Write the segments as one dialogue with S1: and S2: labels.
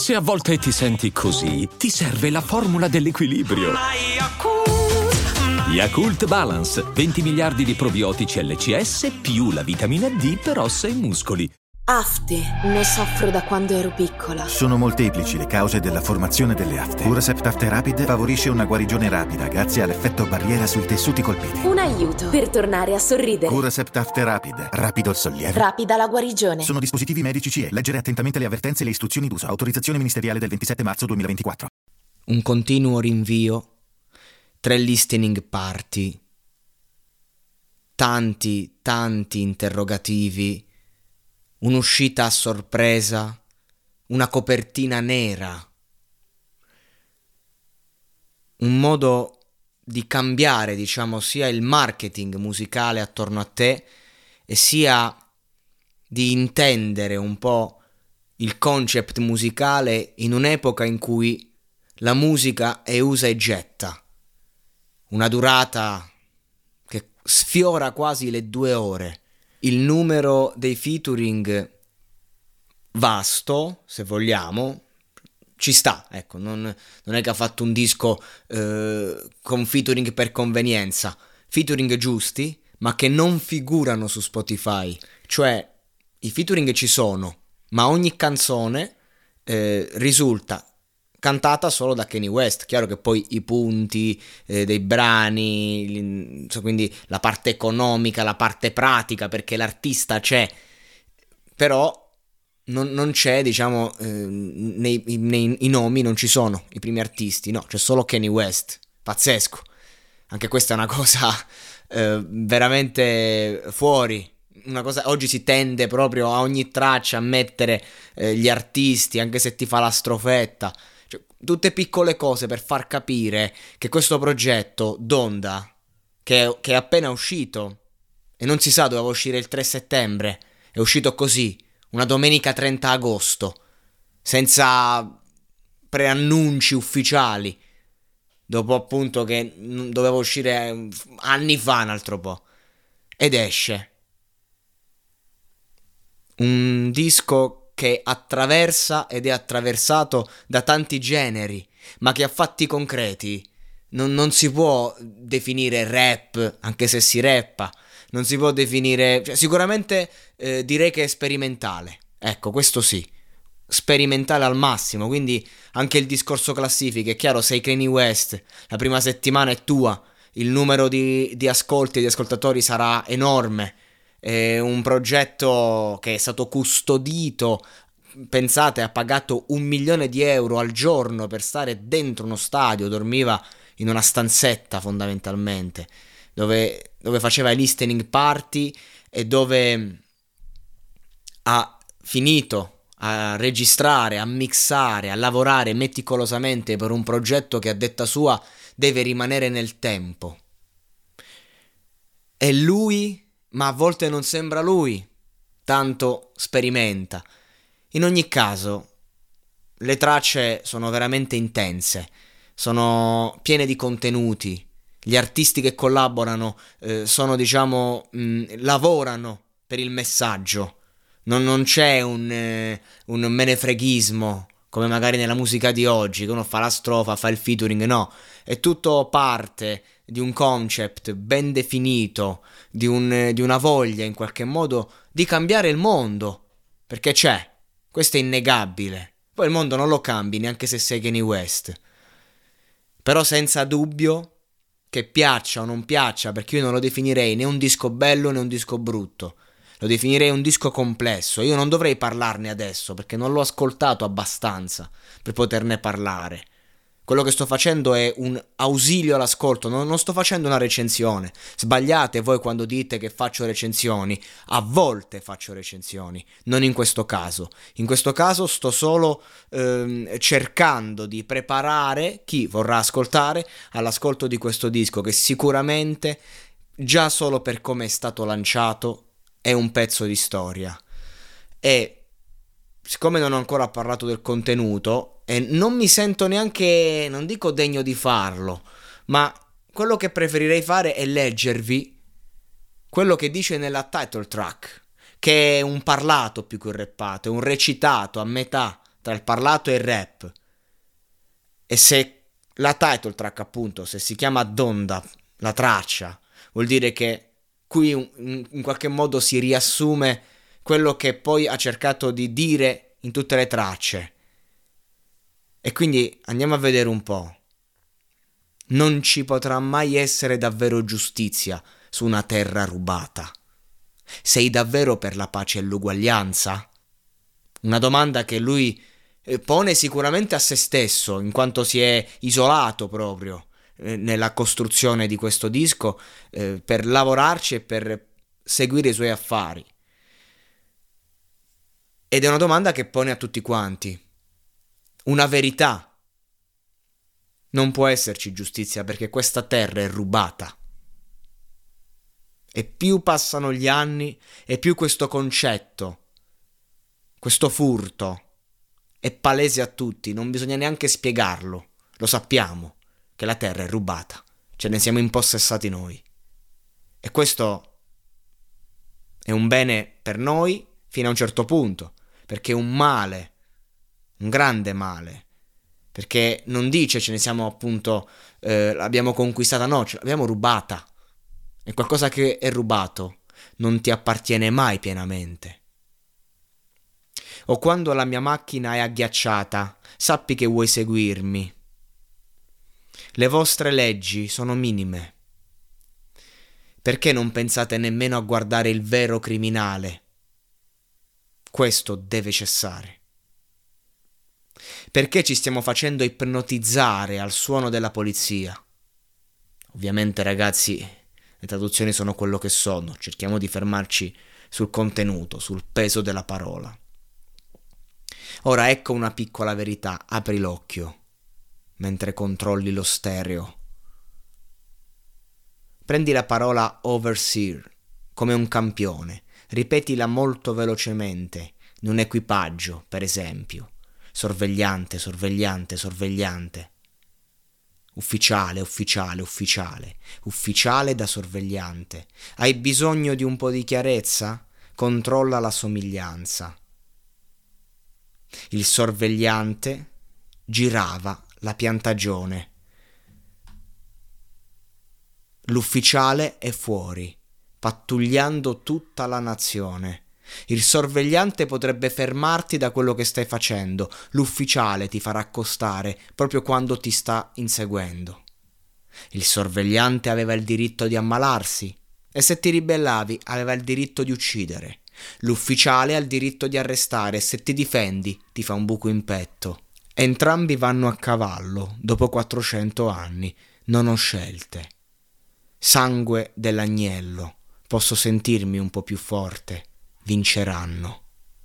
S1: Se a volte ti senti così, ti serve la formula dell'equilibrio. Yakult Balance, 20 miliardi di probiotici LCS più la vitamina D per ossa e muscoli.
S2: Afte, ne soffro da quando ero piccola.
S3: Sono molteplici le cause della formazione delle afte. Curacept Afte Rapid favorisce una guarigione rapida grazie all'effetto barriera sui tessuti colpiti.
S2: Un aiuto per tornare a sorridere.
S3: Curacept Afte Rapid, rapido il sollievo.
S2: Rapida la guarigione.
S3: Sono dispositivi medici CE. Leggere attentamente le avvertenze e le istruzioni d'uso. Autorizzazione ministeriale del 27 marzo 2024.
S4: Un continuo rinvio, 3 listening party, tanti interrogativi, un'uscita a sorpresa, una copertina nera, un modo di cambiare, diciamo, sia il marketing musicale attorno a te e sia di intendere un po' il concept musicale in un'epoca in cui la musica è usa e getta, una durata che sfiora quasi le 2 ore. Il numero dei featuring vasto, se vogliamo, ci sta, ecco, non è che ha fatto un disco con featuring per convenienza, featuring giusti, ma che non figurano su Spotify, cioè i featuring ci sono, ma ogni canzone risulta cantata solo da Kanye West. Chiaro che poi i punti dei brani, quindi la parte economica, la parte pratica, perché l'artista c'è, però non c'è, diciamo, i nomi non ci sono, i primi artisti, no, c'è solo Kanye West. Pazzesco. Anche questa è una cosa veramente fuori. Una cosa, oggi si tende proprio a ogni traccia a mettere gli artisti, anche se ti fa la strofetta. Cioè, tutte piccole cose per far capire che questo progetto Donda, che è appena uscito e non si sa, doveva uscire il 3 settembre, è uscito così, una domenica 30 agosto, senza preannunci ufficiali, dopo appunto che doveva uscire anni fa un altro po', ed esce un disco che attraversa ed è attraversato da tanti generi, ma che a fatti concreti non si può definire rap, anche se si rappa, non si può definire, cioè, sicuramente direi che è sperimentale, ecco, questo sì, sperimentale al massimo. Quindi anche il discorso classifiche, è chiaro, sei Kanye West, la prima settimana è tua, il numero di ascolti e di ascoltatori sarà enorme. È un progetto che è stato custodito, pensate, ha pagato 1 milione di euro al giorno per stare dentro uno stadio, dormiva in una stanzetta fondamentalmente, dove faceva i listening party e dove ha finito a registrare, a mixare, a lavorare meticolosamente per un progetto che a detta sua deve rimanere nel tempo. È lui, ma a volte non sembra lui, tanto sperimenta. In ogni caso, le tracce sono veramente intense, sono piene di contenuti, gli artisti che collaborano sono, diciamo, lavorano per il messaggio, non c'è un menefreghismo come magari nella musica di oggi, che uno fa la strofa, fa il featuring, no, è tutto parte di un concept ben definito, di una voglia in qualche modo di cambiare il mondo, perché c'è, questo è innegabile. Poi il mondo non lo cambi neanche se sei Kanye West, però senza dubbio, che piaccia o non piaccia, perché io non lo definirei né un disco bello né un disco brutto, lo definirei un disco complesso. Io non dovrei parlarne adesso perché non l'ho ascoltato abbastanza per poterne parlare. Quello che sto facendo è un ausilio all'ascolto, non sto facendo una recensione. Sbagliate voi quando dite che faccio recensioni. A volte faccio recensioni, non in questo caso. In questo caso sto solo cercando di preparare chi vorrà ascoltare all'ascolto di questo disco, che sicuramente, già solo per come è stato lanciato, è un pezzo di storia. E siccome non ho ancora parlato del contenuto e non mi sento neanche, non dico degno di farlo, ma quello che preferirei fare è leggervi quello che dice nella title track, che è un parlato più che un rappato, è un recitato a metà tra il parlato e il rap. E se la title track, appunto, se si chiama Donda, la traccia, vuol dire che qui in qualche modo si riassume quello che poi ha cercato di dire in tutte le tracce. E quindi andiamo a vedere un po'. Non ci potrà mai essere davvero giustizia su una terra rubata. Sei davvero per la pace e l'uguaglianza? Una domanda che lui pone sicuramente a se stesso, in quanto si è isolato proprio nella costruzione di questo disco per lavorarci e per seguire i suoi affari. Ed è una domanda che pone a tutti quanti. Una verità. Non può esserci giustizia perché questa terra è rubata. E più passano gli anni e più questo concetto, questo furto, è palese a tutti, non bisogna neanche spiegarlo, lo sappiamo che la terra è rubata, ce ne siamo impossessati noi. E questo è un bene per noi fino a un certo punto, perché è un male, un grande male, perché non dice ce ne siamo appunto, l'abbiamo conquistata, no, ce l'abbiamo rubata. E qualcosa che è rubato non ti appartiene mai pienamente. O quando la mia macchina è agghiacciata, sappi che vuoi seguirmi. Le vostre leggi sono minime. Perché non pensate nemmeno a guardare il vero criminale? Questo deve cessare. Perché ci stiamo facendo ipnotizzare al suono della polizia? Ovviamente, ragazzi, le traduzioni sono quello che sono, cerchiamo di fermarci sul contenuto, sul peso della parola. Ora ecco una piccola verità, apri l'occhio mentre controlli lo stereo. Prendi la parola overseer come un campione, ripetila molto velocemente, in un equipaggio, per esempio. Sorvegliante, sorvegliante, sorvegliante. Ufficiale, ufficiale, ufficiale. Ufficiale da sorvegliante. Hai bisogno di un po' di chiarezza? Controlla la somiglianza. Il sorvegliante girava la piantagione. L'ufficiale è fuori, pattugliando tutta la nazione. Il sorvegliante potrebbe fermarti da quello che stai facendo, l'ufficiale ti farà accostare proprio quando ti sta inseguendo. Il sorvegliante aveva il diritto di ammalarsi e se ti ribellavi aveva il diritto di uccidere. L'ufficiale ha il diritto di arrestare e se ti difendi ti fa un buco in petto. Entrambi vanno a cavallo dopo 400 anni, non ho scelte. Sangue dell'agnello, posso sentirmi un po' più forte. Vinceranno.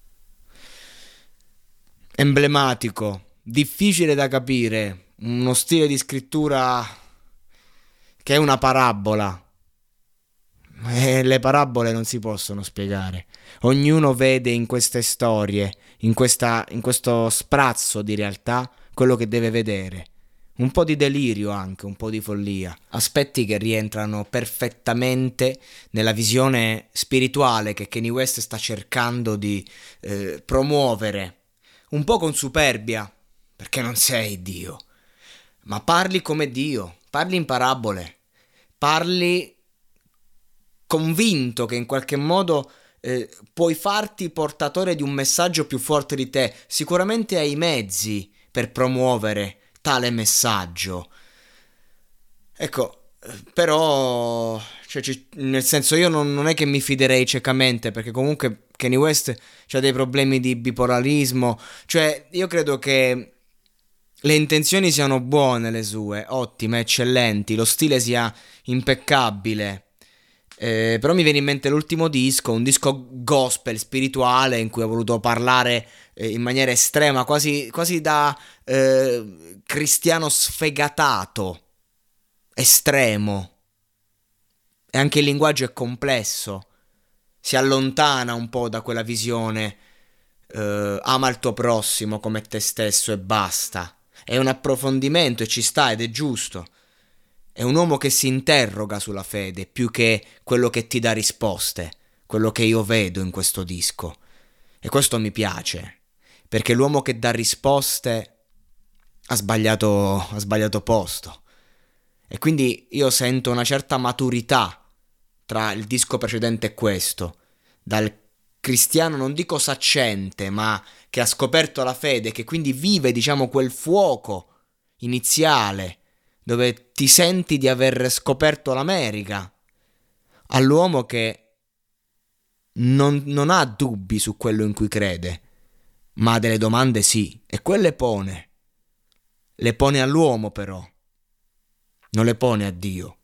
S4: Emblematico, difficile da capire, uno stile di scrittura che è una parabola. E le parabole non si possono spiegare. Ognuno vede in queste storie, in questo sprazzo di realtà, quello che deve vedere. Un po' di delirio anche, un po' di follia. Aspetti che rientrano perfettamente nella visione spirituale che Kanye West sta cercando di promuovere. Un po' con superbia, perché non sei Dio. Ma parli come Dio, parli in parabole. Parli convinto che in qualche modo puoi farti portatore di un messaggio più forte di te. Sicuramente hai i mezzi per promuovere tale messaggio. Ecco, però nel senso io non è che mi fiderei ciecamente, perché comunque Kanye West ha dei problemi di bipolarismo, cioè io credo che le intenzioni siano buone, le sue, ottime, eccellenti, lo stile sia impeccabile. Però mi viene in mente l'ultimo disco, un disco gospel spirituale in cui ha voluto parlare in maniera estrema, quasi da cristiano sfegatato, estremo. E anche il linguaggio è complesso, si allontana un po' da quella visione ama il tuo prossimo come te stesso e basta. È un approfondimento e ci sta ed è giusto. È un uomo che si interroga sulla fede più che quello che ti dà risposte, quello che io vedo in questo disco. E questo mi piace. perché l'uomo che dà risposte ha sbagliato posto. E quindi io sento una certa maturità tra il disco precedente e questo, dal cristiano non dico saccente, ma che ha scoperto la fede, che quindi vive, diciamo, quel fuoco iniziale, dove ti senti di aver scoperto l'America, all'uomo che non ha dubbi su quello in cui crede, ma delle domande sì, e quelle pone. Le pone all'uomo però, non le pone a Dio.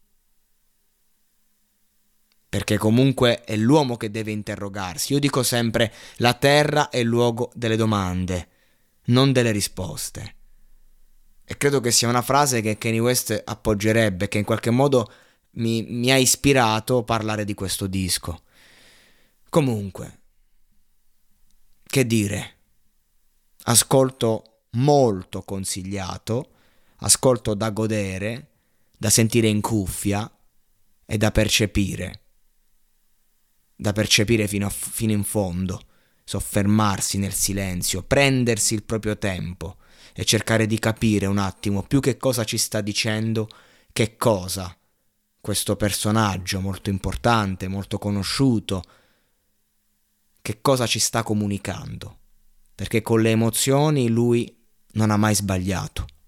S4: Perché comunque è l'uomo che deve interrogarsi. Io dico sempre, la terra è il luogo delle domande, non delle risposte. E credo che sia una frase che Kanye West appoggerebbe, che in qualche modo mi ha ispirato a parlare di questo disco. Comunque, che dire? Ascolto molto consigliato, ascolto da godere, da sentire in cuffia e da percepire fino in fondo, soffermarsi nel silenzio, prendersi il proprio tempo e cercare di capire un attimo più che cosa ci sta dicendo, che cosa questo personaggio molto importante, molto conosciuto, che cosa ci sta comunicando, perché con le emozioni lui non ha mai sbagliato.